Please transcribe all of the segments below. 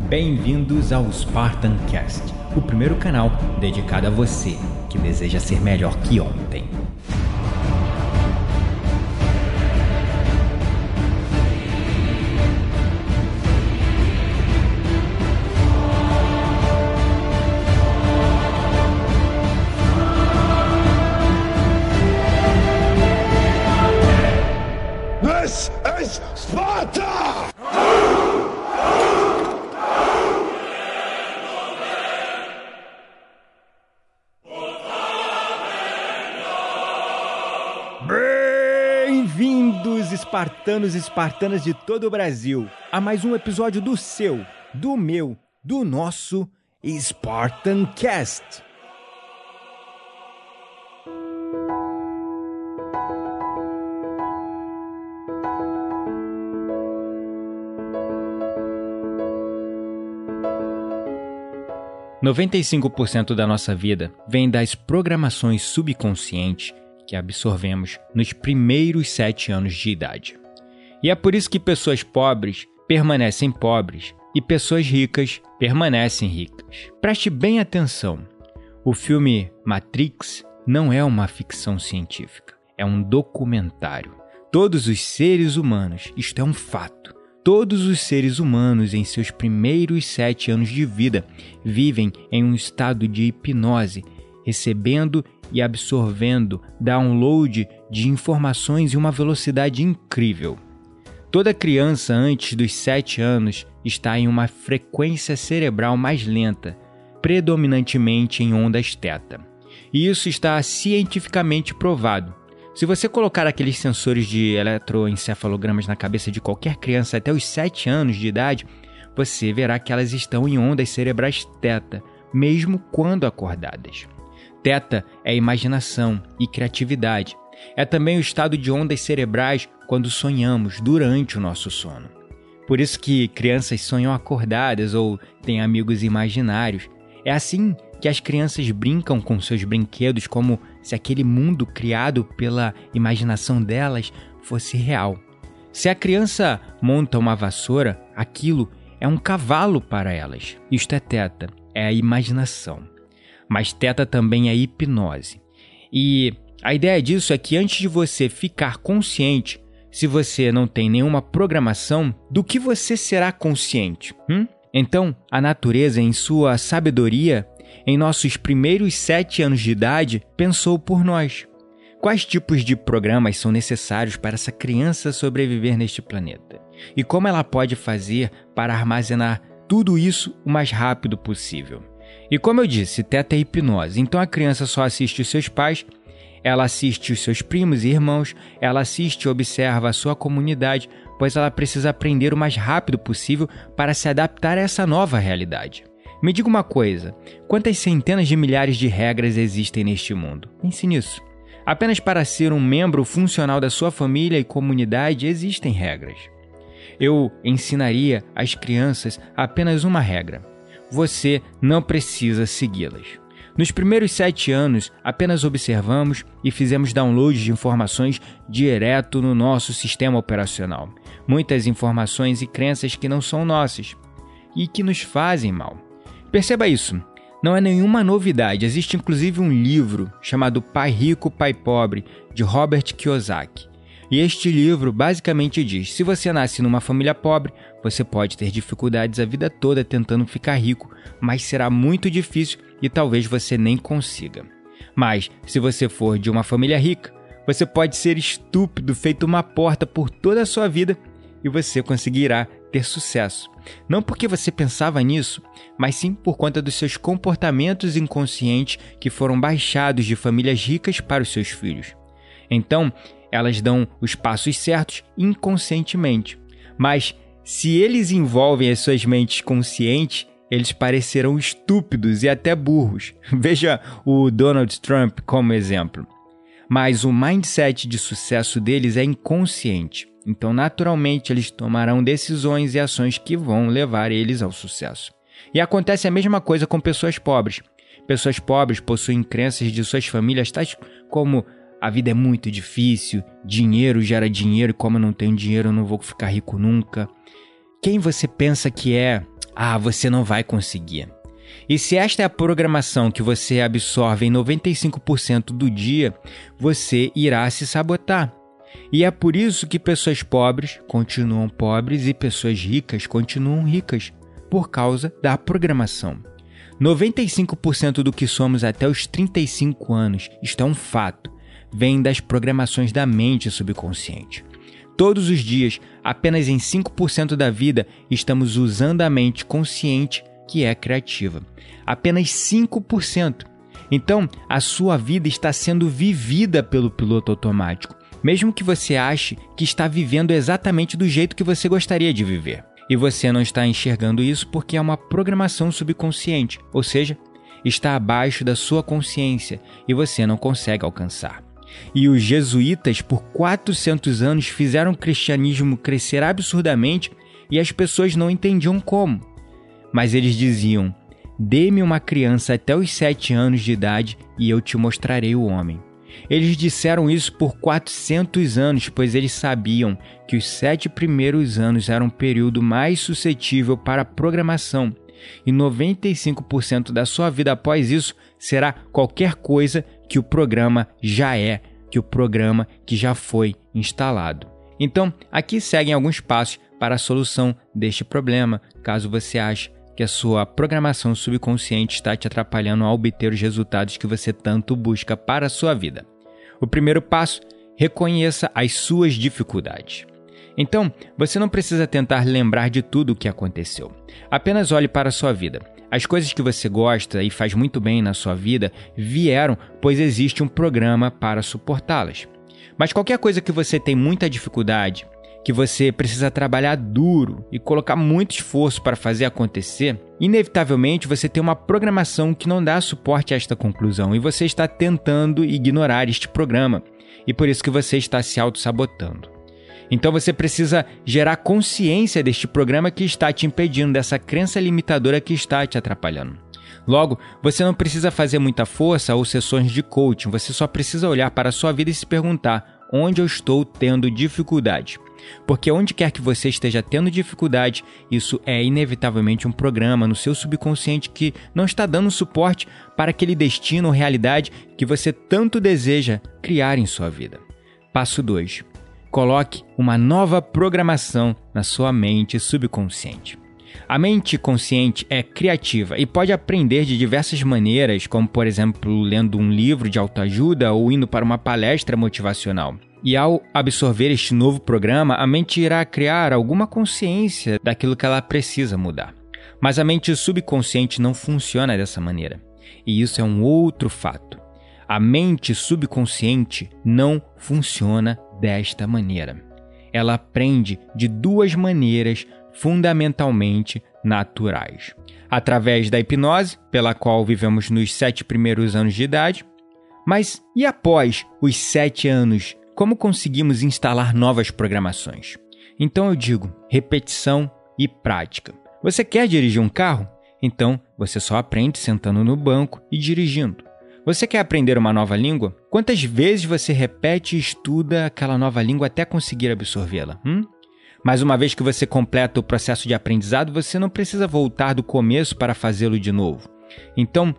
Bem-vindos ao Spartan Cast, o primeiro canal dedicado a você que deseja ser melhor que ontem. This is Sparta! Bem-vindos, espartanos e espartanas de todo o Brasil, a mais um episódio do seu, do meu, do nosso Spartan Cast. ,95% da nossa vida vem das programações subconscientes que absorvemos nos primeiros 7 anos de idade. E é por isso que pessoas pobres permanecem pobres e pessoas ricas permanecem ricas. Preste bem atenção, o filme Matrix não é uma ficção científica, é um documentário. Todos os seres humanos, isto é um fato, todos os seres humanos em seus primeiros 7 anos de vida vivem em um estado de hipnose, recebendo e absorvendo download de informações em uma velocidade incrível. Toda criança antes dos 7 anos está em uma frequência cerebral mais lenta, predominantemente em ondas θ. E isso está cientificamente provado. Se você colocar aqueles sensores de eletroencefalogramas na cabeça de qualquer criança até os 7 anos de idade, você verá que elas estão em ondas cerebrais θ, mesmo quando acordadas. θ é imaginação e criatividade. É também o estado de ondas cerebrais quando sonhamos durante o nosso sono. Por isso que crianças sonham acordadas ou têm amigos imaginários. É assim que as crianças brincam com seus brinquedos como se aquele mundo criado pela imaginação delas fosse real. Se a criança monta uma vassoura, aquilo é um cavalo para elas. Isto é θ, é a imaginação. Mas θ também é hipnose. E a ideia disso é que antes de você ficar consciente, se você não tem nenhuma programação, do que você será consciente? Então, a natureza, em sua sabedoria, em nossos primeiros 7 anos de idade, pensou por nós. Quais tipos de programas são necessários para essa criança sobreviver neste planeta? E como ela pode fazer para armazenar tudo isso o mais rápido possível? E como eu disse, θ é hipnose. Então a criança só assiste os seus pais, ela assiste os seus primos e irmãos, ela assiste e observa a sua comunidade, pois ela precisa aprender o mais rápido possível para se adaptar a essa nova realidade. Me diga uma coisa, quantas centenas de milhares de regras existem neste mundo? Pense nisso. Apenas para ser um membro funcional da sua família e comunidade existem regras. Eu ensinaria às crianças apenas uma regra. Você não precisa segui-las. Nos primeiros 7 anos, apenas observamos e fizemos download de informações direto no nosso sistema operacional. Muitas informações e crenças que não são nossas e que nos fazem mal. Perceba isso, não é nenhuma novidade. Existe inclusive um livro chamado Pai Rico, Pai Pobre, de Robert Kiyosaki. E este livro basicamente diz, se você nasce numa família pobre, você pode ter dificuldades a vida toda tentando ficar rico, mas será muito difícil e talvez você nem consiga. Mas, se você for de uma família rica, você pode ser estúpido, feito uma porta por toda a sua vida e você conseguirá ter sucesso. Não porque você pensava nisso, mas sim por conta dos seus comportamentos inconscientes que foram baixados de famílias ricas para os seus filhos. Então, elas dão os passos certos inconscientemente. Mas, se eles envolvem as suas mentes conscientes, eles parecerão estúpidos e até burros. Veja o Donald Trump como exemplo. Mas o mindset de sucesso deles é inconsciente. Então, naturalmente, eles tomarão decisões e ações que vão levar eles ao sucesso. E acontece a mesma coisa com pessoas pobres. Pessoas pobres possuem crenças de suas famílias tais como a vida é muito difícil, dinheiro gera dinheiro e como eu não tenho dinheiro eu não vou ficar rico nunca. quem você pensa que é, você não vai conseguir. E se esta é a programação que você absorve em 95% do dia, você irá se sabotar. E é por isso que pessoas pobres continuam pobres e pessoas ricas continuam ricas, por causa da programação. 95% do que somos até os 35 anos, isto é um fato, vem das programações da mente subconsciente. Todos os dias, apenas em 5% da vida, estamos usando a mente consciente, que é criativa. Apenas 5%. Então, a sua vida está sendo vivida pelo piloto automático, mesmo que você ache que está vivendo exatamente do jeito que você gostaria de viver. E você não está enxergando isso porque é uma programação subconsciente, ou seja, está abaixo da sua consciência e você não consegue alcançar. E os jesuítas, por 400 anos, fizeram o cristianismo crescer absurdamente e as pessoas não entendiam como. Mas eles diziam: dê-me uma criança até os 7 anos de idade e eu te mostrarei o homem. Eles disseram isso por 400 anos, pois eles sabiam que os 7 primeiros anos eram um período mais suscetível para a programação e 95% da sua vida após isso será qualquer coisa que o programa já é, que o programa que já foi instalado. Então, aqui seguem alguns passos para a solução deste problema, caso você ache que a sua programação subconsciente está te atrapalhando a obter os resultados que você tanto busca para a sua vida. O primeiro passo, reconheça as suas dificuldades. Então, você não precisa tentar lembrar de tudo o que aconteceu. Apenas olhe para a sua vida. As coisas que você gosta e faz muito bem na sua vida vieram pois existe um programa para suportá-las. Mas qualquer coisa que você tem muita dificuldade, que você precisa trabalhar duro e colocar muito esforço para fazer acontecer, inevitavelmente você tem uma programação que não dá suporte a esta conclusão e você está tentando ignorar este programa e por isso que você está se auto-sabotando. Então você precisa gerar consciência deste programa que está te impedindo, dessa crença limitadora que está te atrapalhando. Logo, você não precisa fazer muita força ou sessões de coaching, você só precisa olhar para a sua vida e se perguntar: onde eu estou tendo dificuldade? Porque onde quer que você esteja tendo dificuldade, isso é inevitavelmente um programa no seu subconsciente que não está dando suporte para aquele destino ou realidade que você tanto deseja criar em sua vida. Passo 2. Coloque uma nova programação na sua mente subconsciente. A mente consciente é criativa e pode aprender de diversas maneiras, como por exemplo lendo um livro de autoajuda ou indo para uma palestra motivacional. E ao absorver este novo programa, a mente irá criar alguma consciência daquilo que ela precisa mudar. Mas a mente subconsciente não funciona dessa maneira. E isso é um outro fato. A mente subconsciente não funciona desta maneira. Ela aprende de duas maneiras fundamentalmente naturais. Através da hipnose, pela qual vivemos nos 7 primeiros anos de idade. Mas e após os 7 anos, como conseguimos instalar novas programações? Então eu digo, repetição e prática. Você quer dirigir um carro? Então você só aprende sentando no banco e dirigindo. Você quer aprender uma nova língua? Quantas vezes você repete e estuda aquela nova língua até conseguir absorvê-la? Mas uma vez que você completa o processo de aprendizado, você não precisa voltar do começo para fazê-lo de novo. Então,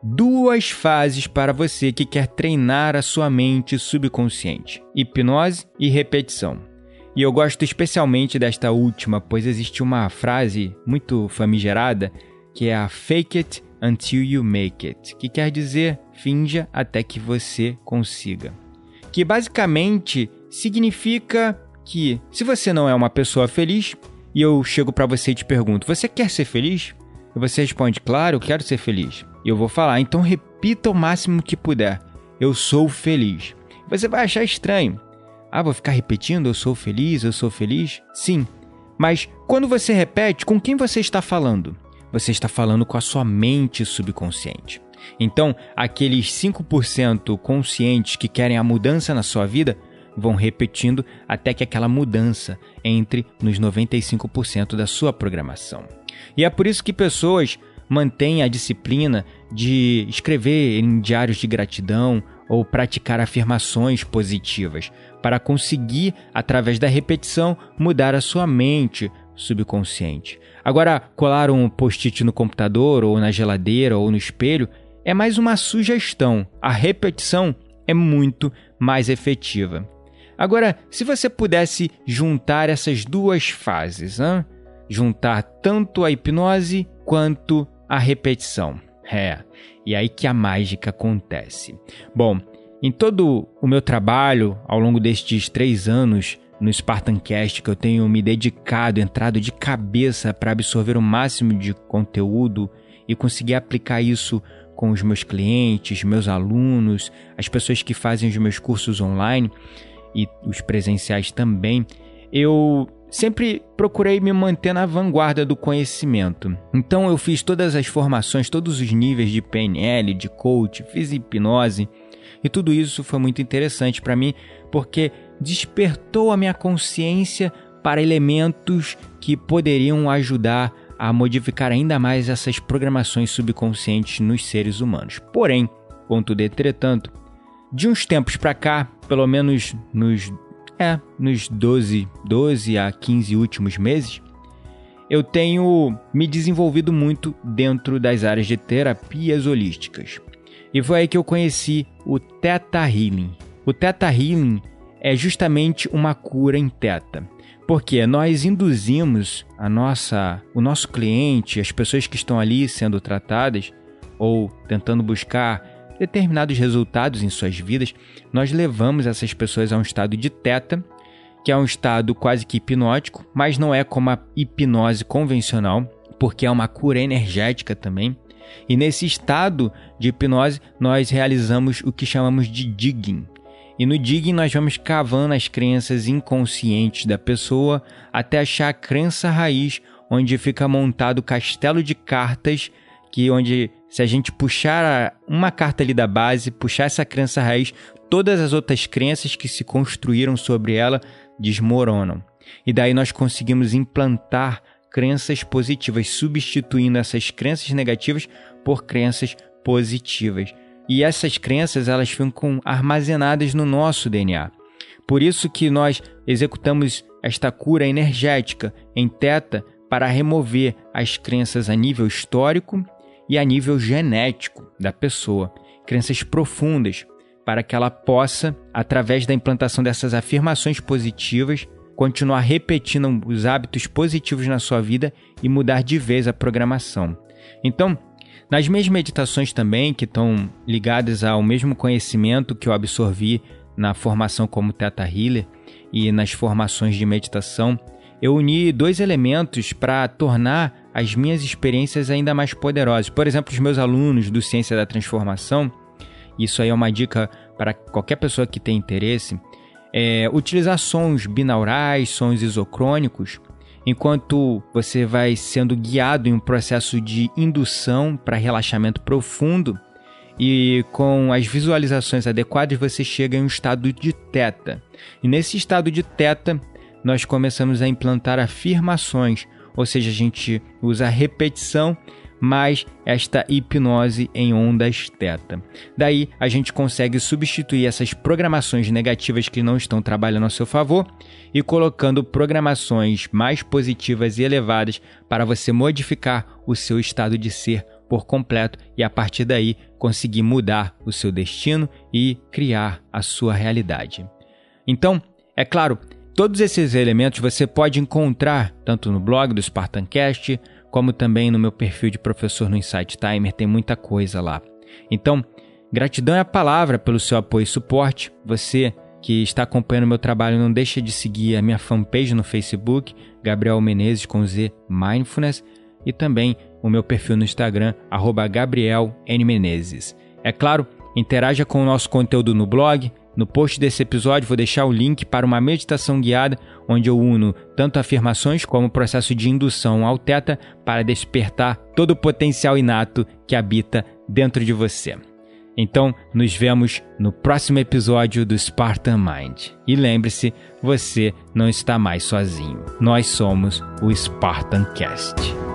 2 fases para você que quer treinar a sua mente subconsciente: hipnose e repetição. E eu gosto especialmente desta última, pois existe uma frase muito famigerada que é a fake it until you make it, que quer dizer finja até que você consiga. Que basicamente significa que se você não é uma pessoa feliz e eu chego para você e te pergunto: você quer ser feliz? E você responde: claro, eu quero ser feliz. E eu vou falar: então repita o máximo que puder: eu sou feliz. Você vai achar estranho. Vou ficar repetindo: eu sou feliz, eu sou feliz? Sim. Mas quando você repete, com quem você está falando? Você está falando com a sua mente subconsciente. Então, aqueles 5% conscientes que querem a mudança na sua vida vão repetindo até que aquela mudança entre nos 95% da sua programação. E é por isso que pessoas mantêm a disciplina de escrever em diários de gratidão ou praticar afirmações positivas para conseguir, através da repetição, mudar a sua mente subconsciente. Agora, colar um post-it no computador, ou na geladeira, ou no espelho, é mais uma sugestão. A repetição é muito mais efetiva. Agora, se você pudesse juntar essas duas fases, juntar tanto a hipnose quanto a repetição. E aí que a mágica acontece. Bom, em todo o meu trabalho, ao longo destes 3 anos no SpartanCast, que eu tenho me dedicado, entrado de cabeça para absorver o máximo de conteúdo e conseguir aplicar isso com os meus clientes, meus alunos, as pessoas que fazem os meus cursos online e os presenciais também, eu sempre procurei me manter na vanguarda do conhecimento. Então eu fiz todas as formações, todos os níveis de PNL, de coach, fiz hipnose, e tudo isso foi muito interessante para mim, porque despertou a minha consciência para elementos que poderiam ajudar a modificar ainda mais essas programações subconscientes nos seres humanos. Porém, contudo e entretanto, de uns tempos para cá, pelo menos nos 12 a 15 últimos meses, eu tenho me desenvolvido muito dentro das áreas de terapias holísticas. E foi aí que eu conheci o Theta Healing. O Theta Healing é justamente uma cura em Theta, porque nós induzimos o nosso cliente, as pessoas que estão ali sendo tratadas ou tentando buscar determinados resultados em suas vidas, nós levamos essas pessoas a um estado de Theta, que é um estado quase que hipnótico, mas não é como a hipnose convencional, porque é uma cura energética também. E nesse estado de hipnose, nós realizamos o que chamamos de digging. E no digging nós vamos cavando as crenças inconscientes da pessoa até achar a crença raiz, onde fica montado o castelo de cartas, onde se a gente puxar uma carta ali da base, puxar essa crença raiz, todas as outras crenças que se construíram sobre ela desmoronam. E daí nós conseguimos implantar crenças positivas, substituindo essas crenças negativas por crenças positivas. E essas crenças, elas ficam armazenadas no nosso DNA. Por isso que nós executamos esta cura energética em Theta para remover as crenças a nível histórico e a nível genético da pessoa. Crenças profundas, para que ela possa, através da implantação dessas afirmações positivas, continuar repetindo os hábitos positivos na sua vida e mudar de vez a programação. Então, nas minhas meditações também, que estão ligadas ao mesmo conhecimento que eu absorvi na formação como Theta Healer e nas formações de meditação, eu uni 2 elementos para tornar as minhas experiências ainda mais poderosas. Por exemplo, os meus alunos do Ciência da Transformação, isso aí é uma dica para qualquer pessoa que tenha interesse, utilizar sons binaurais, sons isocrônicos, enquanto você vai sendo guiado em um processo de indução para relaxamento profundo, e com as visualizações adequadas você chega em um estado de Theta. E nesse estado de Theta nós começamos a implantar afirmações, ou seja, a gente usa a repetição mais esta hipnose em ondas Theta. Daí a gente consegue substituir essas programações negativas que não estão trabalhando ao seu favor e colocando programações mais positivas e elevadas para você modificar o seu estado de ser por completo e a partir daí conseguir mudar o seu destino e criar a sua realidade. Então, é claro, todos esses elementos você pode encontrar tanto no blog do SpartanCast, como também no meu perfil de professor no Insight Timer, tem muita coisa lá. Então, gratidão é a palavra pelo seu apoio e suporte. Você que está acompanhando o meu trabalho, não deixa de seguir a minha fanpage no Facebook, Gabriel Menezes com Z Mindfulness, e também o meu perfil no Instagram, @GabrielNMenezes. É claro, interaja com o nosso conteúdo no blog. No post desse episódio vou deixar o link para uma meditação guiada, onde eu uno tanto afirmações como o processo de indução ao Theta para despertar todo o potencial inato que habita dentro de você. Então, nos vemos no próximo episódio do Spartan Mind. E lembre-se, você não está mais sozinho. Nós somos o SpartanCast.